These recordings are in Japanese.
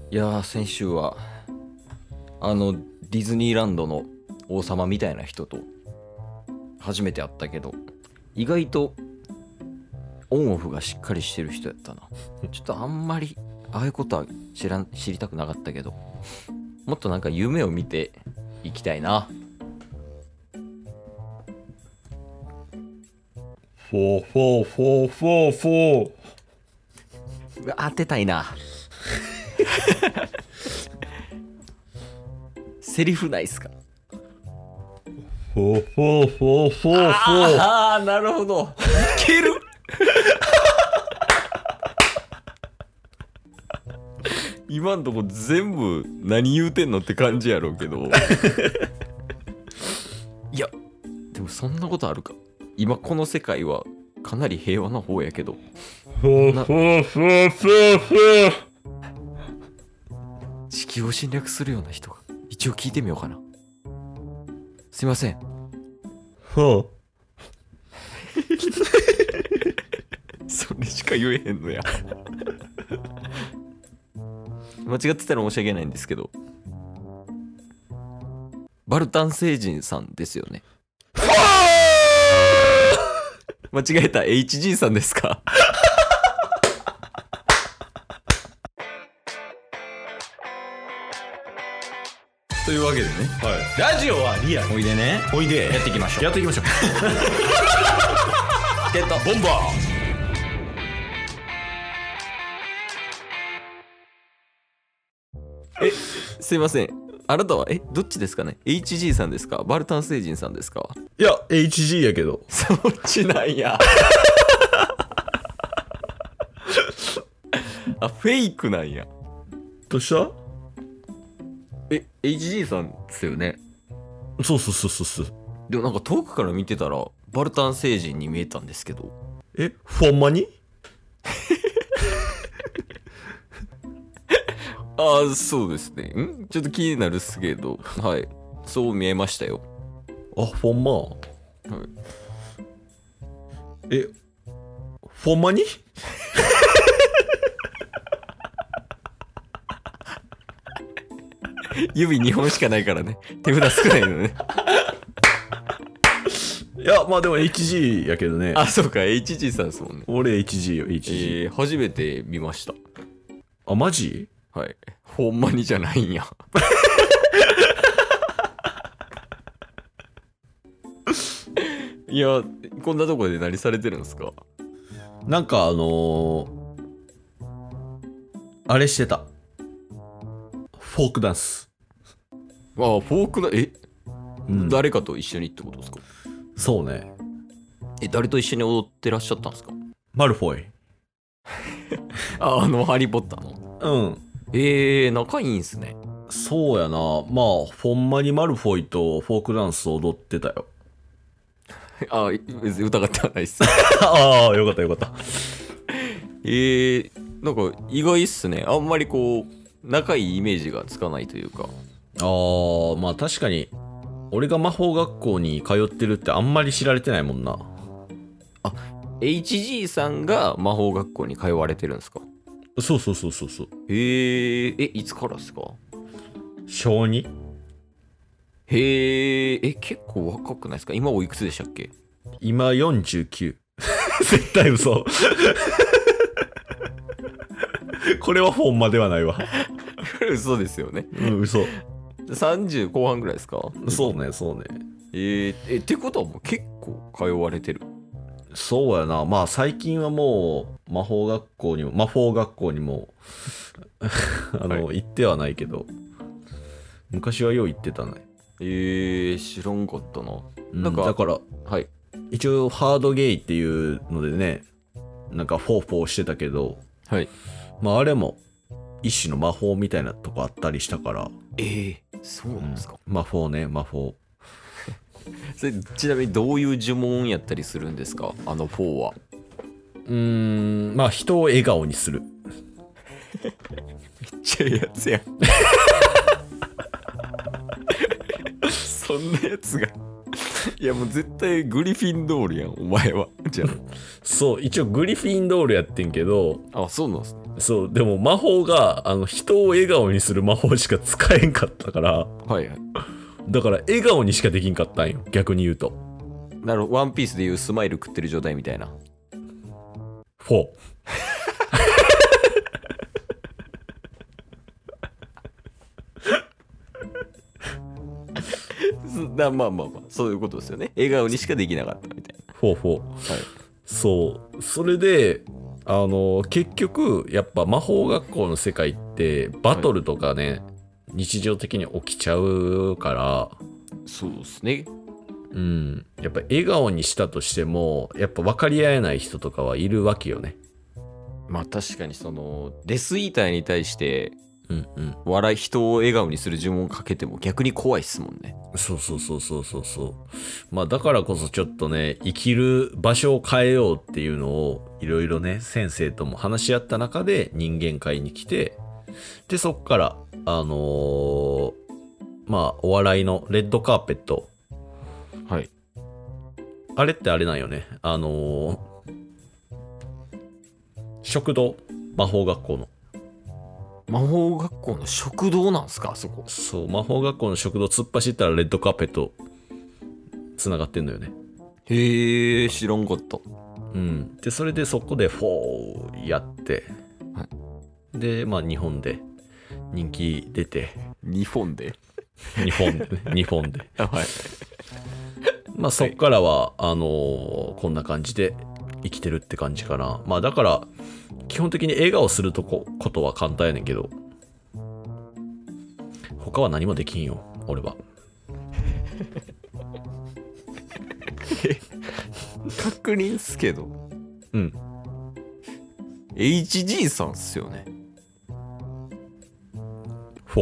いやー、先週はディズニーランドの王様みたいな人と初めて会ったけど、意外とオンオフがしっかりしてる人やったな。ちょっとあんまりああいうことは知りたくなかったけど、もっとなんか夢を見ていきたいな。 フォーフォーフォーフォーフォー。 うわ、当てたいな。セリフないっすか？ フォーフォーフォーフォーフォー。 ああ、なるほど。いける。今んとこ全部何言うてんのって感じやろうけど。いや、でもそんなことあるか。今この世界はかなり平和な方やけど。 フォーフォーフォーフォーフォー。 地球を侵略するような人が一応聞いてみようかな。すいません。 フォー。 それしか言えへんのや。間違ってたら申し訳ないんですけど、バルタン星人さんですよね。間違えた。 HG さんですか？というわけでね、 はい。ラジオはリアル。 おいでね、 おいで。 やっていきましょう。 やっていきましょう。 ゲットボンバー。 すいません、あなたはどっちですかね？ HG さんですか？バルタン星人さんですか？ いや、HG やけど。 そっちなんや。あ、フェイクなんや。 どうした？ HG さんですよね。 そうそうそうそう。 でもなんか遠くから見てたらバルタン星人に見えたんですけど。 ほんまに？ ああ、そうですね。ちょっと気になるっすけど、はい、そう見えましたよ。 あ、ほんま。 はい、 ほんまに？ 指2本しかないからね、手札少ないのね。 いや、まあでも HG やけどね。 あ、そうか、HG さんですもんね。 俺 HG よ、HG。 初めて見ました。 あ、マジ？ はい。ほんまにじゃないんや。いや、こんなとこで何されてるんですか？ なんかあれしてた。フォークダンス。 ああ、フォークだ。 うん、 誰かと一緒にってことですか？ そうね。 誰と一緒に踊ってらっしゃったんですか？ マルフォイ。 ハリーポッターの。 うん。 仲いいんすね。 そうやな。まあ、ほんまにマルフォイとフォークダンス踊ってたよ。 別に疑ってはないっす。 ああ、よかったよかった。 なんか意外っすね。あんまりこう、仲いいイメージがつかないというか。 まあ確かに、俺が魔法学校に通ってるってあんまり知られてないもんな。 HG さんが魔法学校に通われてるんですか？ そうそうそうそうそう。 いつからですか？ 小 2？ 結構若くないですか？今おいくつでしたっけ？ 今49。絶対嘘。これはほんまではないわ。 これ嘘ですよね。 嘘。 30後半ぐらいですか？ そうね、そうね。 ってことはもう結構通われてる。 そうやな。まあ最近はもう魔法学校にも行ってはないけど、昔はよう行ってたね。 知らんかったな。なんかだからはい、 一応ハードゲイっていうのでね、なんかフォーフォーしてたけど、 はい。 まああれも一種の魔法みたいなとこあったりしたから。 そうなんですか？ 魔法ね、魔法。 それちなみにどういう呪文やったりするんですか？4は。 まあ人を笑顔にする。 めっちゃええやつやん。そんなやつが。いやもう絶対グリフィンドールやん、お前は。 じゃそう、一応グリフィンドールやってんけど、 あ、そうなんですね。 そう、でも魔法が、人を笑顔にする魔法しか使えんかったから、 はいはい。 だから笑顔にしかできんかったんよ、逆に言うと。 なるほど。ワンピースでいうスマイル食ってる状態みたいな。 4。 まあまあまあ、そういうことですよね。笑顔にしかできなかったみたいな。 4。 はい。 そう。それで、結局、やっぱ魔法学校の世界って、バトルとかね、日常的に起きちゃうから、 そうですね。 うん。やっぱ笑顔にしたとしても、やっぱ分かり合えない人とかはいるわけよね。 まあ確かにその、デスイーターに対して、 うんうん。 人を笑顔にする呪文をかけても逆に怖いっすもんね。 そうそうそうそうそうそう。まあだからこそちょっとね、生きる場所を変えようっていうのをいろいろね、先生とも話し合った中で人間界に来て、で、そっから、まあお笑いのレッドカーペット。 はい。 あれってあれなんよね。食堂魔法学校の。 魔法学校の食堂なんすか、あそこ。 そう、魔法学校の食堂突っ走ったらレッドカーペット繋がってんのよね。 へえ、知らんかった。 うん。で、それでそこでフォーやって、 はい、 で、まあ日本で人気出て。 日本で日本で。 はい。 まあそっからは、こんな感じで生きてるって感じかな。まあだから、基本的に笑顔することは簡単やねんけど、他は何もできんよ、俺は。 確認っすけど。 うん。 HG さんっすよね。 4。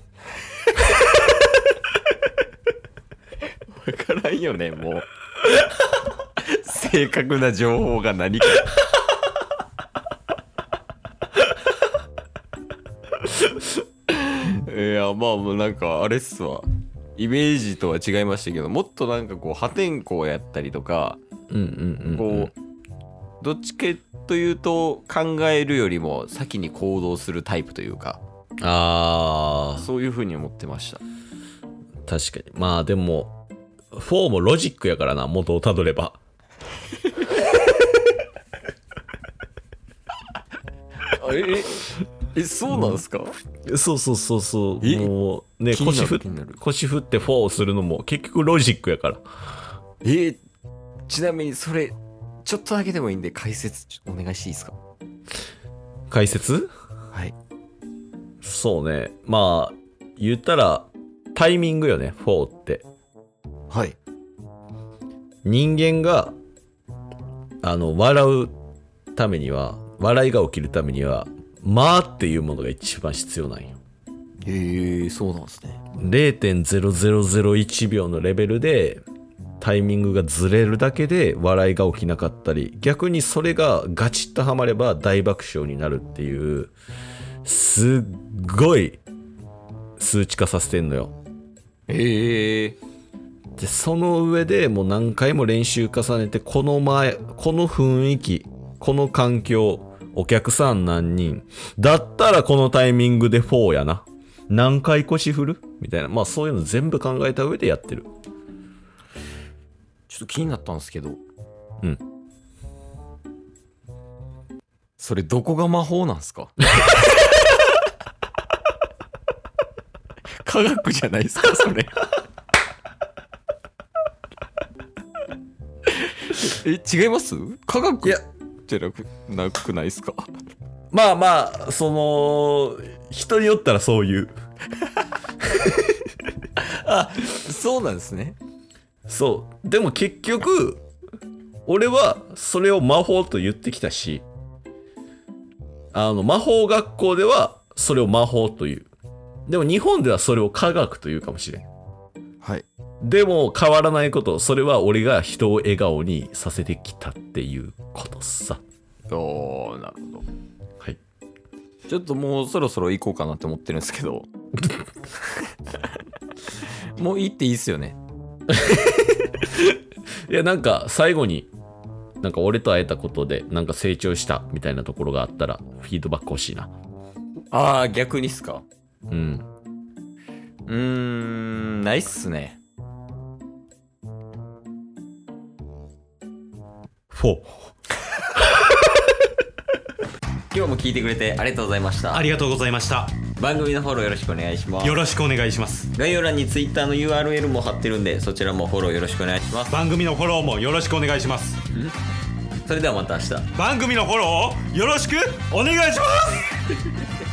わからんよね、もう。正確な情報が何か。いや、まあもうなんかあれっすわ。イメージとは違いましたけど、もっとなんかこう破天荒やったりとか、こうどっちかというと考えるよりも先に行動するタイプというか、そういう風に思ってました。 確かに。まあでも4もロジックやからな、元をたどれば。 そうなんですか？ そうそうそうそう。もうね、腰振って4をするのも結局ロジックやから。 ちなみにそれちょっとだけでもいいんで解説お願いしていいですか？ 解説？ はい。 そうね。まあ言ったらタイミングよね、4って。 はい。 人間が笑うためには、笑いが起きるためには、間っていうものが一番必要なんよ。 そうなんですね。 0.0001 秒のレベルでタイミングがずれるだけで笑いが起きなかったり、逆にそれがガチッとはまれば大爆笑になるっていう、すっごい数値化させてんのよ。で、その上でもう何回も練習重ねて、この雰囲気、この環境、お客さん何人だったらこのタイミングで4やな。何回腰振るみたいな。まあそういうの全部考えた上でやってる。 ちょっと気になったんですけど。 うん。 それどこが魔法なんすか？科学じゃないですか、それ。違います？科学じゃなくないですか？ まあまあ、人によったらそういう。 あ、そうなんですね。 そう。でも結局、俺はそれを魔法と言ってきたし、魔法学校ではそれを魔法という。でも日本ではそれを科学というかもしれん。 はい。 でも変わらないこと、それは俺が人を笑顔にさせてきたっていうことさ。 なるほど。 はい。 ちょっともうそろそろ行こうかなって思ってるんですけど。もう行っていいっすよね。 いや、なんか最後になんか俺と会えたことでなんか成長したみたいなところがあったらフィードバック欲しいな。 ああ、逆にっすか。 うん。 ないっすね。 フォー。 今日も聞いてくれてありがとうございました。 ありがとうございました。 番組のフォローよろしくお願いします。 よろしくお願いします。 概要欄に Twitter の URL も貼ってるんで、そちらもフォローよろしくお願いします。 番組のフォローもよろしくお願いします。 それではまた明日。 番組のフォローをよろしくお願いします